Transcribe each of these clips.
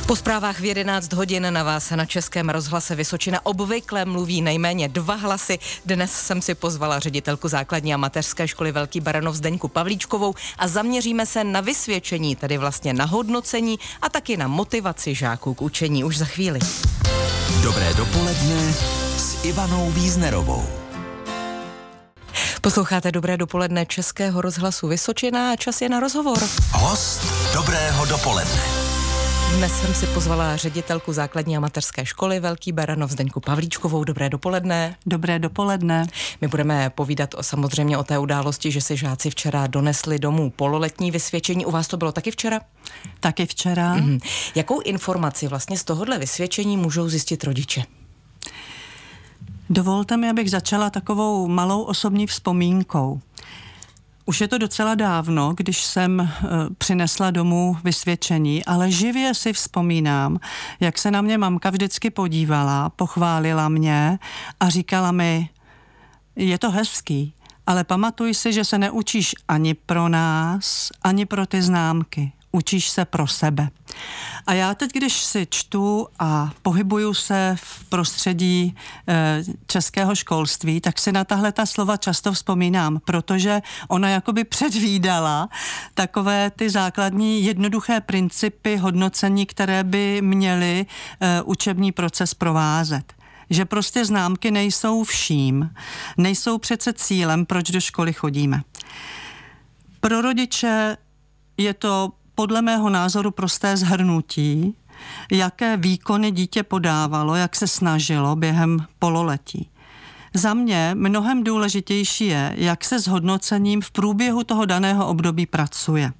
Po zprávách v 11 hodin na vás na Českém rozhlase Vysočina obvykle mluví nejméně 2 hlasy. Dnes jsem si pozvala ředitelku základní a mateřské školy Velký Baranov Zdeňku Pavlíčkovou a zaměříme se na vysvědčení, tedy vlastně na hodnocení a taky na motivaci žáků k učení už za chvíli. Dobré dopoledne s Ivanou Víznerovou. Posloucháte Dobré dopoledne Českého rozhlasu Vysočina a čas je na rozhovor. Host Dobrého dopoledne. Dnes jsem si pozvala ředitelku základní a mateřské školy Velký Baranov Zdeňku Pavlíčkovou. Dobré dopoledne. Dobré dopoledne. My budeme povídat samozřejmě o té události, že si žáci včera donesli domů pololetní vysvědčení. U vás to bylo taky včera? Taky včera. Jakou informaci vlastně z tohohle vysvědčení můžou zjistit rodiče? Dovolte mi, abych začala takovou malou osobní vzpomínkou. Už je to docela dávno, když jsem přinesla domů vysvědčení, ale živě si vzpomínám, jak se na mě mamka vždycky podívala, pochválila mě a říkala mi, je to hezký, ale pamatuj si, že se neučíš ani pro nás, ani pro ty známky. Učíš se pro sebe. A já teď, když si čtu a pohybuju se v prostředí českého školství, tak si na tahle ta slova často vzpomínám, protože ona jakoby předvídala takové ty základní jednoduché principy hodnocení, které by měly učební proces provázet. Že prostě známky nejsou vším, nejsou přece cílem, proč do školy chodíme. Pro rodiče je to podle mého názoru prosté shrnutí, jaké výkony dítě podávalo, jak se snažilo během pololetí. Za mě mnohem důležitější je, jak se s hodnocením v průběhu toho daného období pracuje.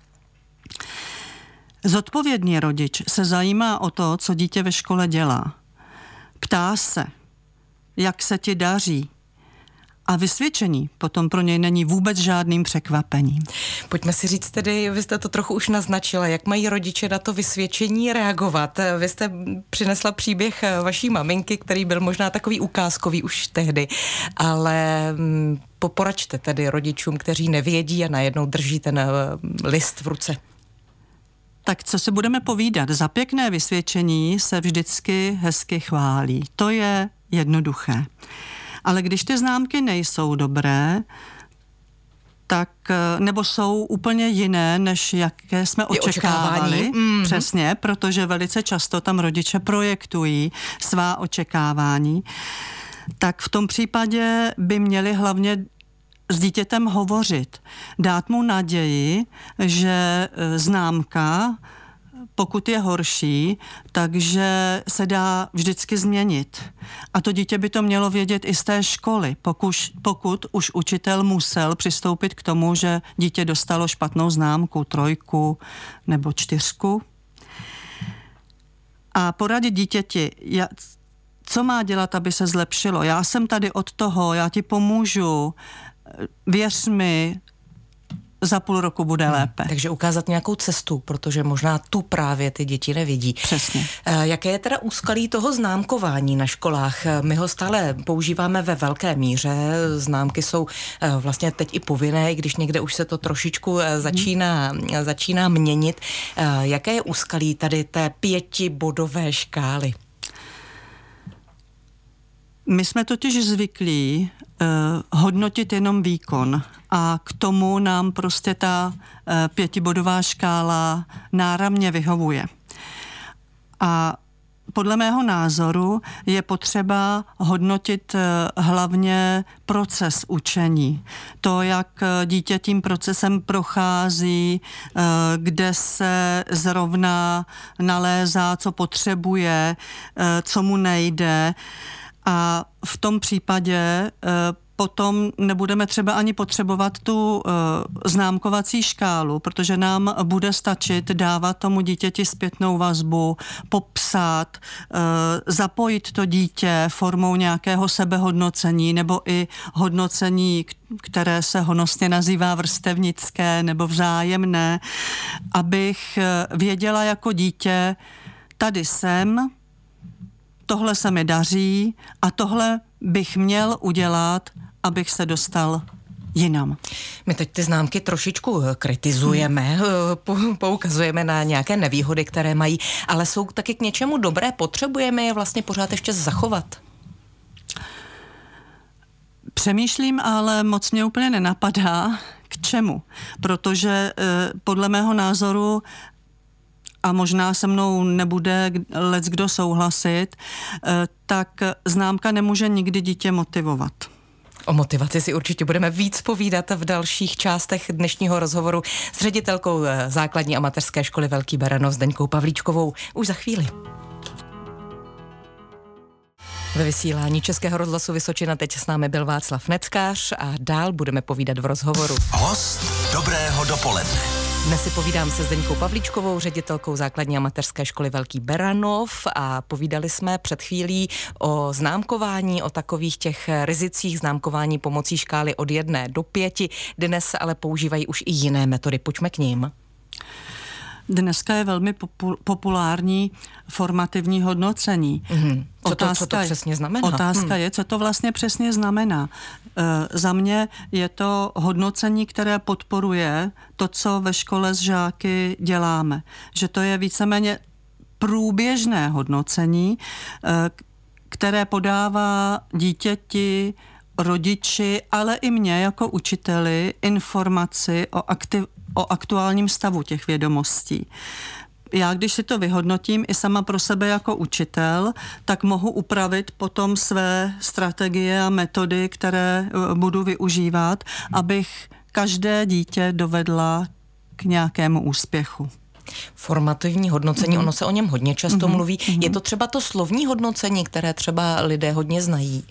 Zodpovědný rodič se zajímá o to, co dítě ve škole dělá. Ptá se, jak se ti daří. A vysvědčení potom pro něj není vůbec žádným překvapením. Pojďme si říct tedy, vy jste to trochu už naznačila, jak mají rodiče na to vysvědčení reagovat. Vy jste přinesla příběh vaší maminky, který byl možná takový ukázkový už tehdy, ale poraďte tedy rodičům, kteří nevědí a najednou drží ten list v ruce. Tak co si budeme povídat? Za pěkné vysvědčení se vždycky hezky chválí. To je jednoduché. Ale když ty známky nejsou dobré, tak nebo jsou úplně jiné, než jaké jsme očekávali. Přesně, protože velice často tam rodiče projektují svá očekávání. Tak v tom případě by měli hlavně s dítětem hovořit. Dát mu naději, že známka, pokud je horší, takže se dá vždycky změnit. A to dítě by to mělo vědět i z té školy, pokud už učitel musel přistoupit k tomu, že dítě dostalo špatnou známku, 3 nebo 4. A poradit dítěti, co má dělat, aby se zlepšilo. Já jsem tady od toho, já ti pomůžu, věř mi, za půl roku bude lépe. Takže ukázat nějakou cestu, protože možná tu právě ty děti nevidí. Přesně. Jaké je teda úskalí toho známkování na školách? My ho stále používáme ve velké míře. Známky jsou vlastně teď i povinné, i když někde už se to trošičku začíná měnit. Jaké je úskalí tady té 5bodové škály? My jsme totiž zvyklí hodnotit jenom výkon a k tomu nám prostě ta 5bodová škála náramně vyhovuje. A podle mého názoru je potřeba hodnotit hlavně proces učení. To, jak dítě tím procesem prochází, kde se zrovna nalézá, co potřebuje, co mu nejde. A v tom případě potom nebudeme třeba ani potřebovat tu známkovací škálu, protože nám bude stačit dávat tomu dítěti zpětnou vazbu, popsat, zapojit to dítě formou nějakého sebehodnocení nebo i hodnocení, které se honosně nazývá vrstevnické nebo vzájemné, abych věděla jako dítě, tady jsem, tohle se mi daří a tohle bych měl udělat, abych se dostal jinam. My teď ty známky trošičku kritizujeme, poukazujeme na nějaké nevýhody, které mají, ale jsou taky k něčemu dobré, potřebujeme je vlastně pořád ještě zachovat. Přemýšlím, ale moc mě úplně nenapadá, k čemu. Protože podle mého názoru, a možná se mnou nebude leckdo souhlasit, tak známka nemůže nikdy dítě motivovat. O motivaci si určitě budeme víc povídat v dalších částech dnešního rozhovoru s ředitelkou základní a mateřské školy Velký Beranov Zdeňkou Pavlíčkovou. Už za chvíli. Ve vysílání Českého rozhlasu Vysočina teď s námi byl Václav Neckář a dál budeme povídat v rozhovoru. Host dobrého dopoledne. Dnes si povídám se Zdeňkou Pavlíčkovou, ředitelkou základní a mateřské školy Velký Beranov, a povídali jsme před chvílí o známkování, o takových těch rizicích známkování pomocí škály od 1 do 5. Dnes se ale používají už i jiné metody. Pojďme k nim. Dneska je velmi populární formativní hodnocení. Co to přesně znamená? Otázka je, co to vlastně přesně znamená. Za mě je to hodnocení, které podporuje to, co ve škole s žáky děláme. Že to je víceméně průběžné hodnocení, které podává dítěti, rodiči, ale i mně jako učiteli informaci o aktuálním stavu těch vědomostí. Já, když si to vyhodnotím i sama pro sebe jako učitel, tak mohu upravit potom své strategie a metody, které budu využívat, abych každé dítě dovedla k nějakému úspěchu. Formativní hodnocení, ono se o něm hodně často mluví. Je to třeba to slovní hodnocení, které třeba lidé hodně znají?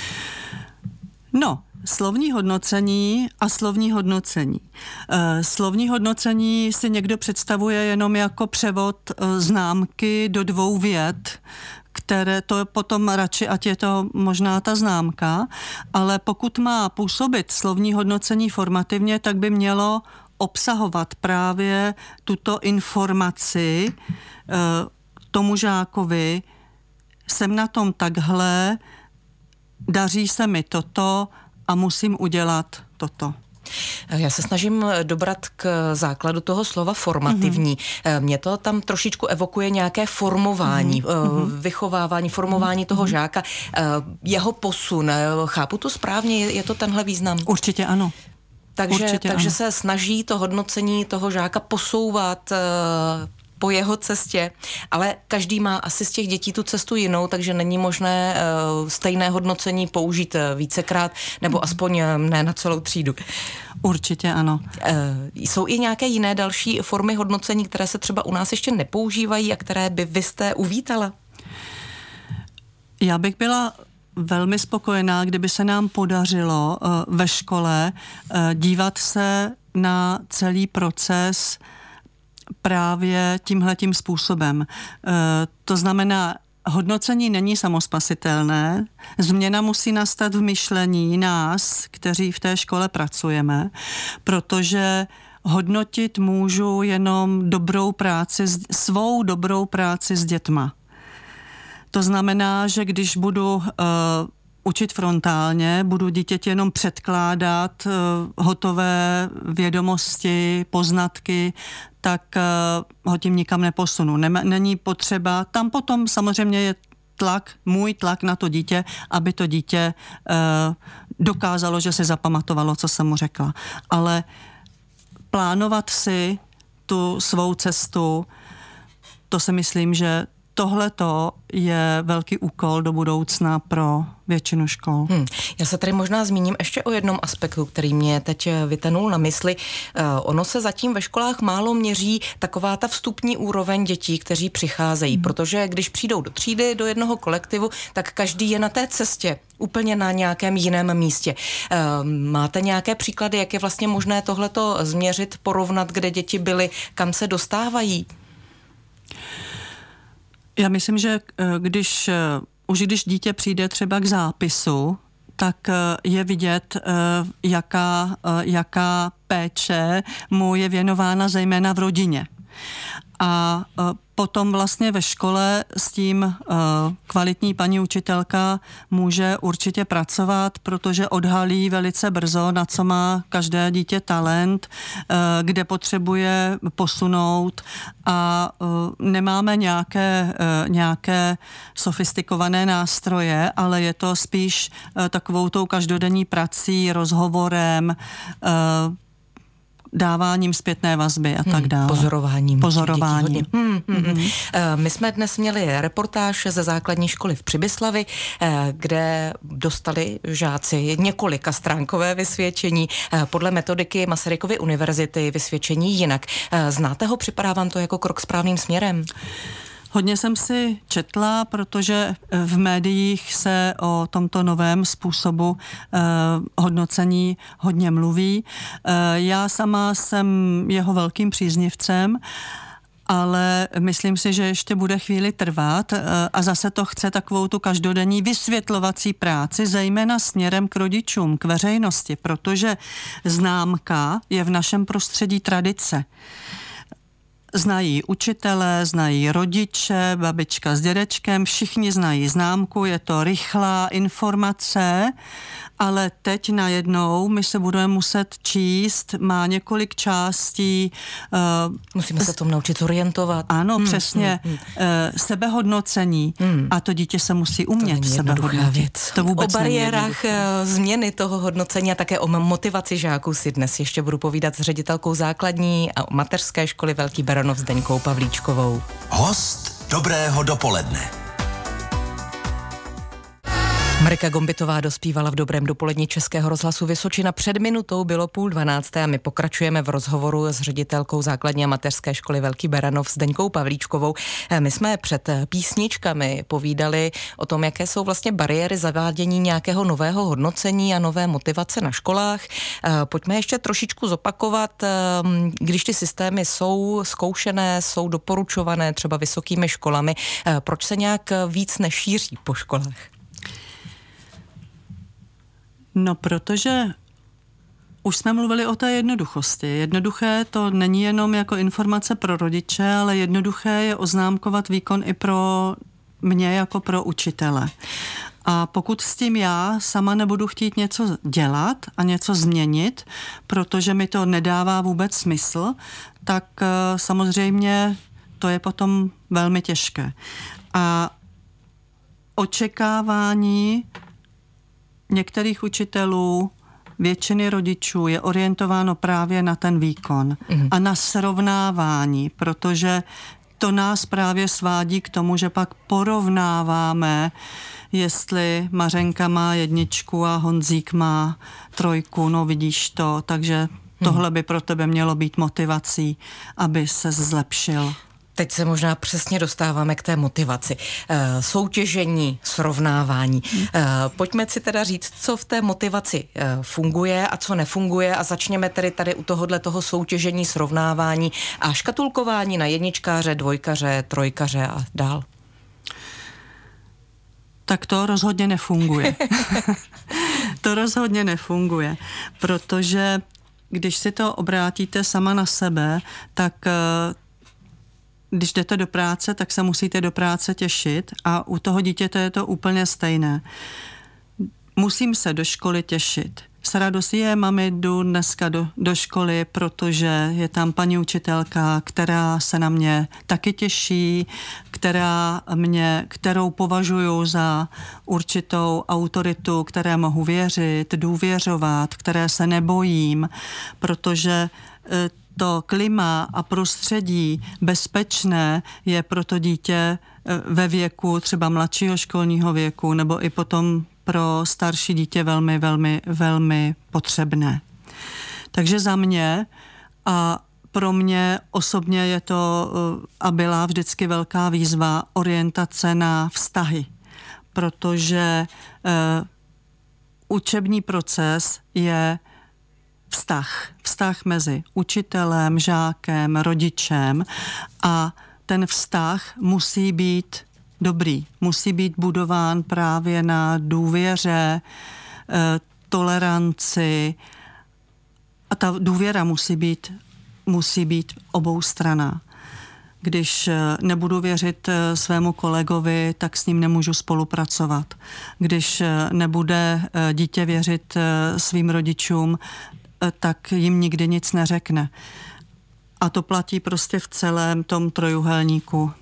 No, slovní hodnocení a slovní hodnocení. Slovní hodnocení si někdo představuje jenom jako převod známky do 2 vět, které to potom radši, ať je to možná ta známka, ale pokud má působit slovní hodnocení formativně, tak by mělo obsahovat právě tuto informaci tomu žákovi: jsem na tom takhle, daří se mi toto a musím udělat toto. Já se snažím dobrat k základu toho slova formativní. Mě to tam trošičku evokuje nějaké formování, vychovávání, formování toho žáka, jeho posun. Chápu to správně? Je to tenhle význam? Určitě ano. Takže ano. se snaží to hodnocení toho žáka posouvat po jeho cestě, ale každý má asi z těch dětí tu cestu jinou, takže není možné stejné hodnocení použít vícekrát, nebo aspoň ne na celou třídu. Určitě ano. Jsou i nějaké jiné další formy hodnocení, které se třeba u nás ještě nepoužívají a které by vy jste uvítala? Já bych byla velmi spokojená, kdyby se nám podařilo ve škole dívat se na celý proces právě tímhletím způsobem. To znamená, hodnocení není samospasitelné, změna musí nastat v myšlení nás, kteří v té škole pracujeme, protože hodnotit můžu jenom svou dobrou práci s dětma. To znamená, že když budu učit frontálně, budu dítěti jenom předkládat hotové vědomosti, poznatky, tak ho tím nikam neposunu. Není potřeba, tam potom samozřejmě je můj tlak na to dítě, aby to dítě dokázalo, že si zapamatovalo, co jsem mu řekla. Ale plánovat si tu svou cestu, to si myslím, že tohleto je velký úkol do budoucna pro většinu škol. Já se tady možná zmíním ještě o jednom aspektu, který mě teď vytenul na mysli. Ono se zatím ve školách málo měří taková ta vstupní úroveň dětí, kteří přicházejí, protože když přijdou do třídy, do jednoho kolektivu, tak každý je na té cestě, úplně na nějakém jiném místě. Máte nějaké příklady, jak je vlastně možné tohleto změřit, porovnat, kde děti byly, kam se dostávají? Já myslím, že když dítě přijde třeba k zápisu, tak je vidět, jaká péče mu je věnována zejména v rodině. A potom vlastně ve škole s tím kvalitní paní učitelka může určitě pracovat, protože odhalí velice brzo, na co má každé dítě talent, kde potřebuje posunout a nemáme nějaké sofistikované nástroje, ale je to spíš takovou tou každodenní prací, rozhovorem, dáváním zpětné vazby a tak dále. Pozorováním. Mm-hmm. My jsme dnes měli reportáž ze základní školy v Přibyslavi, kde dostali žáci několika stránkové vysvědčení. Podle metodiky Masarykovy univerzity vysvědčení jinak. Znáte ho? Připadá vám to jako krok správným směrem? Hodně jsem si četla, protože v médiích se o tomto novém způsobu hodnocení hodně mluví. Já sama jsem jeho velkým příznivcem, ale myslím si, že ještě bude chvíli trvat a zase to chce takovou tu každodenní vysvětlovací práci, zejména směrem k rodičům, k veřejnosti, protože známka je v našem prostředí tradice. Znají učitelé, znají rodiče, babička s dědečkem, všichni znají známku, je to rychlá informace, ale teď najednou my se budeme muset číst, má několik částí. Musíme se tomu naučit orientovat. Ano, přesně. Sebehodnocení. A to dítě se musí umět sebehodnotit. To vůbec o bariérách změny toho hodnocení a také o motivaci žáků si dnes ještě budu povídat s ředitelkou základní a mateřské školy Velký Beranov Zdeňkou Pavlíčkovou. Host dobrého dopoledne. Marika Gombitová dospívala v dobrém dopoledni Českého rozhlasu Vysočina. Před minutou bylo 11:30 a my pokračujeme v rozhovoru s ředitelkou základní a mateřské školy Velký Beranov Zdeňkou Pavlíčkovou. My jsme před písničkami povídali o tom, jaké jsou vlastně bariéry zavádění nějakého nového hodnocení a nové motivace na školách. Pojďme ještě trošičku zopakovat, když ty systémy jsou zkoušené, jsou doporučované třeba vysokými školami, proč se nějak víc nešíří po školách? No, protože už jsme mluvili o té jednoduchosti. Jednoduché to není jenom jako informace pro rodiče, ale jednoduché je oznámkovat výkon i pro mě jako pro učitele. A pokud s tím já sama nebudu chtít něco dělat a něco změnit, protože mi to nedává vůbec smysl, tak samozřejmě to je potom velmi těžké. A očekávání některých učitelů, většiny rodičů je orientováno právě na ten výkon a na srovnávání, protože to nás právě svádí k tomu, že pak porovnáváme, jestli Mařenka má 1 a Honzík má 3, no vidíš to, takže tohle by pro tebe mělo být motivací, aby se zlepšil. Teď se možná přesně dostáváme k té motivaci. Soutěžení, srovnávání. Pojďme si teda říct, co v té motivaci funguje a co nefunguje a začněme tedy tady u toho soutěžení, srovnávání a škatulkování na 1, 2, 3 a dál. Tak to rozhodně nefunguje. To rozhodně nefunguje, protože když si to obrátíte sama na sebe, tak když jdete do práce, tak se musíte do práce těšit a u toho dítěte je to úplně stejné. Musím se do školy těšit. S radostí mami, jdu dneska do školy, protože je tam paní učitelka, která se na mě taky těší, kterou považuji za určitou autoritu, které mohu věřit, důvěřovat, které se nebojím, protože to klima a prostředí bezpečné je pro to dítě ve věku třeba mladšího školního věku nebo i potom pro starší dítě velmi, velmi, velmi potřebné. Takže za mě a pro mě osobně je to a byla vždycky velká výzva orientace na vztahy, protože učební proces je vztah mezi učitelem, žákem, rodičem a ten vztah musí být dobrý, musí být budován právě na důvěře, toleranci a ta důvěra musí být oboustranná. Když nebudu věřit svému kolegovi, tak s ním nemůžu spolupracovat. Když nebude dítě věřit svým rodičům, tak jim nikdy nic neřekne. A to platí prostě v celém tom trojuhelníku.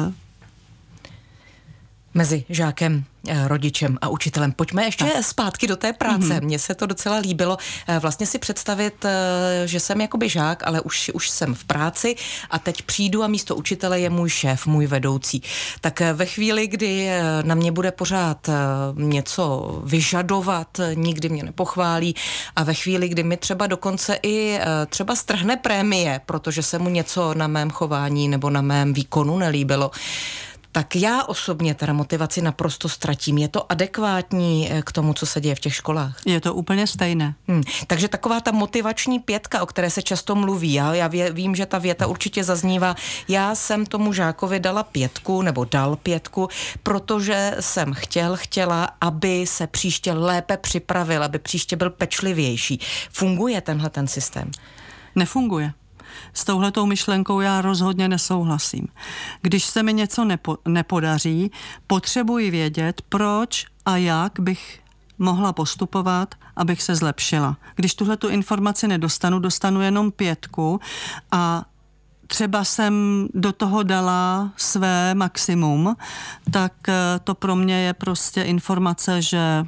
Mezi žákem, rodičem a učitelem. Pojďme ještě zpátky do té práce. Mně se to docela líbilo. Vlastně si představit, že jsem jakoby žák, ale už jsem v práci a teď přijdu a místo učitele je můj šéf, můj vedoucí. Tak ve chvíli, kdy na mě bude pořád něco vyžadovat, nikdy mě nepochválí a ve chvíli, kdy mi třeba dokonce i třeba strhne prémie, protože se mu něco na mém chování nebo na mém výkonu nelíbilo, tak já osobně teda motivaci naprosto ztratím. Je to adekvátní k tomu, co se děje v těch školách? Je to úplně stejné. Takže taková ta motivační 5, o které se často mluví. Já vím, že ta věta určitě zaznívá. Já jsem tomu žákovi dala 5 nebo dal 5, protože jsem chtěla, aby se příště lépe připravil, aby příště byl pečlivější. Funguje tenhle ten systém? Nefunguje. S touhletou myšlenkou já rozhodně nesouhlasím. Když se mi něco nepodaří, potřebuji vědět, proč a jak bych mohla postupovat, abych se zlepšila. Když tuhletu informaci nedostanu, dostanu jenom 5 a třeba jsem do toho dala své maximum, tak to pro mě je prostě informace, že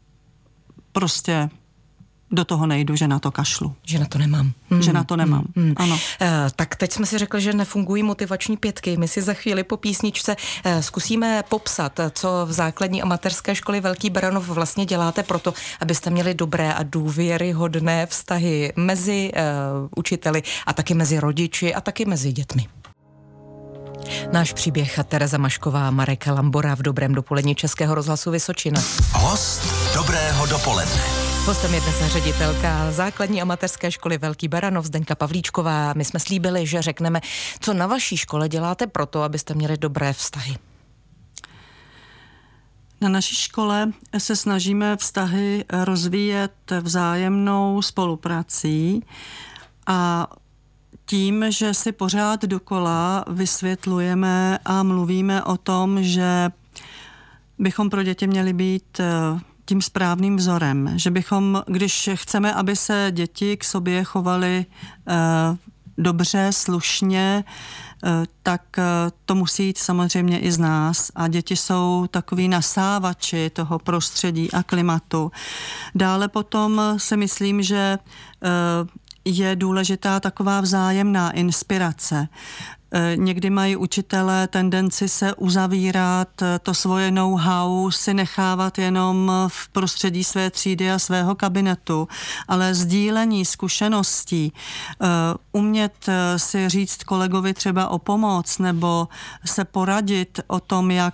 prostě do toho nejdu, že na to kašlu. Že na to nemám. Že na to nemám, ano. Tak teď jsme si řekli, že nefungují motivační 5. My si za chvíli po písničce zkusíme popsat, co v základní a mateřské školy Velký Beranov vlastně děláte proto, abyste měli dobré a důvěryhodné vztahy mezi učiteli a taky mezi rodiči a taky mezi dětmi. Náš příběh Tereza Mašková, Marek Lambora v Dobrém dopoledni Českého rozhlasu Vysočina. Host Dobrého dopoledne. Hostem je dnes ředitelka základní a mateřské školy Velký Beranov Zdeňka Pavlíčková. My jsme slíbili, že řekneme, co na vaší škole děláte proto, abyste měli dobré vztahy. Na naší škole se snažíme vztahy rozvíjet vzájemnou spoluprací a tím, že si pořád dokola vysvětlujeme a mluvíme o tom, že bychom pro děti měli být tím správným vzorem, že bychom, když chceme, aby se děti k sobě chovaly dobře, slušně, tak to musí jít samozřejmě i z nás a děti jsou takový nasávači toho prostředí a klimatu. Dále potom si myslím, že je důležitá taková vzájemná inspirace. Někdy mají učitelé tendenci se uzavírat, to svoje know-how si nechávat jenom v prostředí své třídy a svého kabinetu, ale sdílení zkušeností, umět si říct kolegovi třeba o pomoc nebo se poradit o tom, jak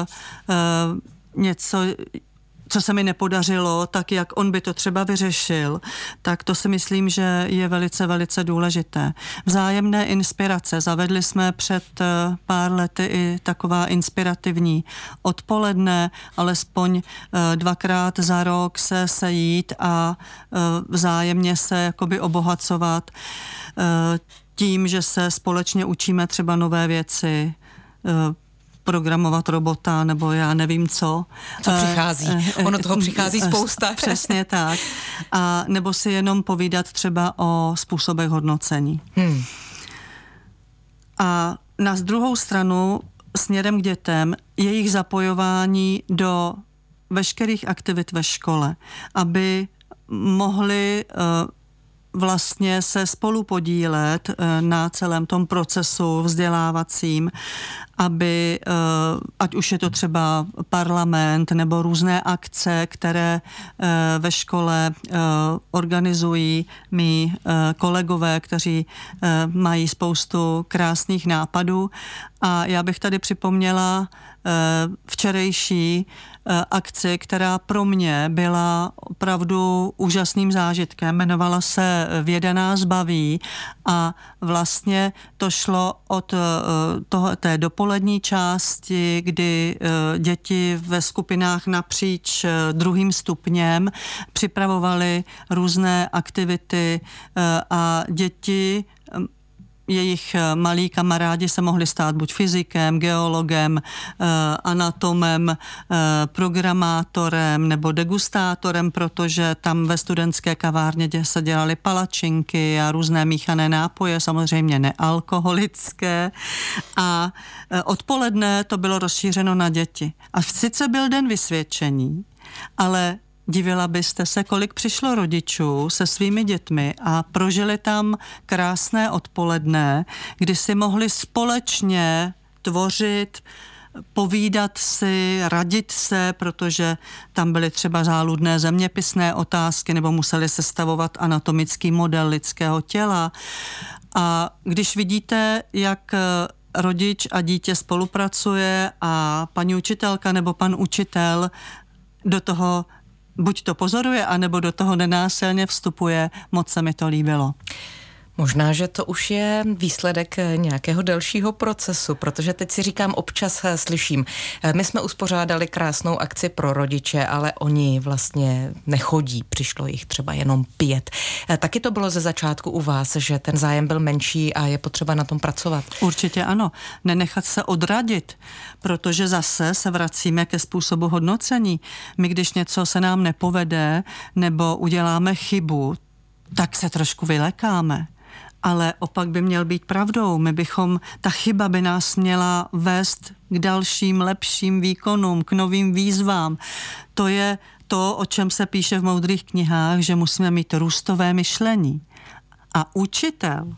něco, co se mi nepodařilo, tak jak on by to třeba vyřešil, tak to si myslím, že je velice, velice důležité. Vzájemné inspirace. Zavedli jsme před pár lety i taková inspirativní odpoledne, alespoň 2krát za rok se sejít a vzájemně se jakoby obohacovat tím, že se společně učíme třeba nové věci, programovat robota, nebo já nevím co. Co přichází. Ono toho přichází spousta. Přesně tak. A nebo si jenom povídat třeba o způsobech hodnocení. A na druhou stranu směrem k dětem jejich zapojování do veškerých aktivit ve škole, aby mohli vlastně se spolu podílet na celém tom procesu vzdělávacím, aby, ať už je to třeba parlament nebo různé akce, které ve škole organizují mí kolegové, kteří mají spoustu krásných nápadů. A já bych tady připomněla včerejší akci, která pro mě byla opravdu úžasným zážitkem. Jmenovala se Věda nás baví a vlastně to šlo od té dopolední části, kdy děti ve skupinách napříč 2. stupněm připravovaly různé aktivity a děti jejich malí kamarádi se mohli stát buď fyzikem, geologem, anatomem, programátorem nebo degustátorem, protože tam ve studentské kavárně se dělaly palačinky a různé míchané nápoje, samozřejmě nealkoholické. A odpoledne to bylo rozšířeno na děti. A sice byl den vysvědčení, ale divila byste se, kolik přišlo rodičů se svými dětmi a prožili tam krásné odpoledne, kdy si mohli společně tvořit, povídat si, radit se, protože tam byly třeba záludné zeměpisné otázky nebo museli sestavovat anatomický model lidského těla. A když vidíte, jak rodič a dítě spolupracuje a paní učitelka nebo pan učitel do toho buď to pozoruje, anebo do toho nenásilně vstupuje, moc se mi to líbilo. Možná, že to už je výsledek nějakého delšího procesu, protože teď si říkám, občas slyším, my jsme uspořádali krásnou akci pro rodiče, ale oni vlastně nechodí, přišlo jich třeba jenom 5. Taky to bylo ze začátku u vás, že ten zájem byl menší a je potřeba na tom pracovat? Určitě ano, nenechat se odradit, protože zase se vracíme ke způsobu hodnocení. My, když něco se nám nepovede nebo uděláme chybu, tak se trošku vylekáme. Ale opak by měl být pravdou. Ta chyba by nás měla vést k dalším lepším výkonům, k novým výzvám. To je to, o čem se píše v moudrých knihách, že musíme mít růstové myšlení. A učitel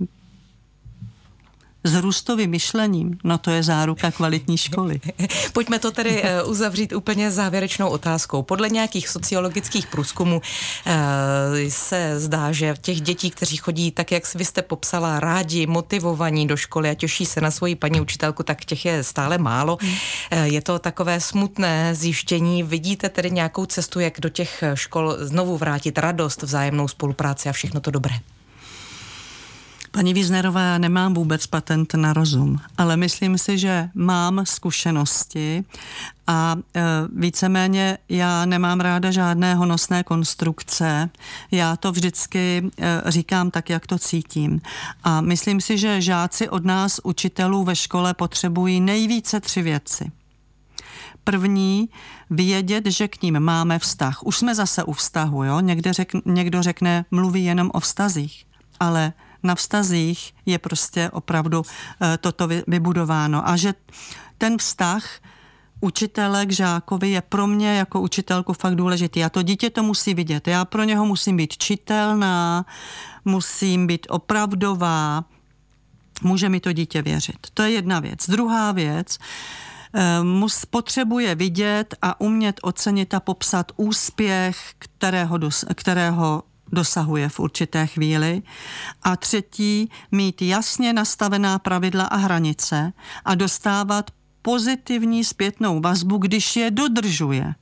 s růstovým myšlením, no to je záruka kvalitní školy. Pojďme to tedy uzavřít úplně závěrečnou otázkou. Podle nějakých sociologických průzkumů se zdá, že těch dětí, kteří chodí tak, jak vy jste popsala, rádi, motivovaní do školy a těší se na svoji paní učitelku, tak těch je stále málo. Je to takové smutné zjištění. Vidíte tedy nějakou cestu, jak do těch škol znovu vrátit radost, vzájemnou spolupráci a všechno to dobré? Paní Wiesnerová, já nemám vůbec patent na rozum, ale myslím si, že mám zkušenosti a víceméně já nemám ráda žádné honosné konstrukce. Já to vždycky říkám tak, jak to cítím. A myslím si, že žáci od nás, učitelů ve škole, potřebují nejvíce 3 věci. První, vědět, že k ním máme vztah. Už jsme zase u vztahu, jo? Někdo řekne, mluví jenom o vztazích, ale na vztazích je prostě opravdu toto vybudováno. A že ten vztah učitele k žákovi je pro mě jako učitelku fakt důležitý. A to dítě to musí vidět. Já pro něho musím být čitelná, musím být opravdová, může mi to dítě věřit. To je jedna věc. Druhá věc, potřebuje vidět a umět ocenit a popsat úspěch, kterého dosahuje v určité chvíli. A třetí, mít jasně nastavená pravidla a hranice a dostávat pozitivní zpětnou vazbu, když je dodržuje.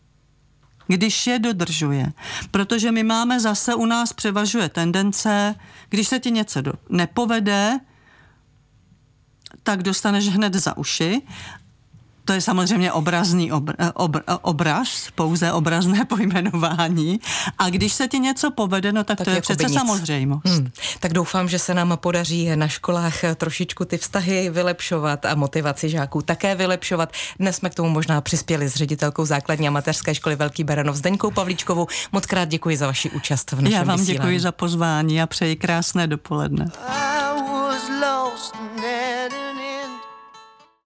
Protože my máme zase, u nás převažuje tendence, když se ti něco nepovede, tak dostaneš hned za uši. To je samozřejmě obrazný obraz, pouze obrazné pojmenování. A když se ti něco povede, no tak to je přece samozřejmost. Tak doufám, že se nám podaří na školách trošičku ty vztahy vylepšovat a motivaci žáků také vylepšovat. Dnes jsme k tomu možná přispěli s ředitelkou základní a mateřské školy Velký Beranov Zdeňkou Pavlíčkovou. Moc krát děkuji za vaši účast v našem vysílání. Já vám děkuji za pozvání a přeji krásné dopoledne.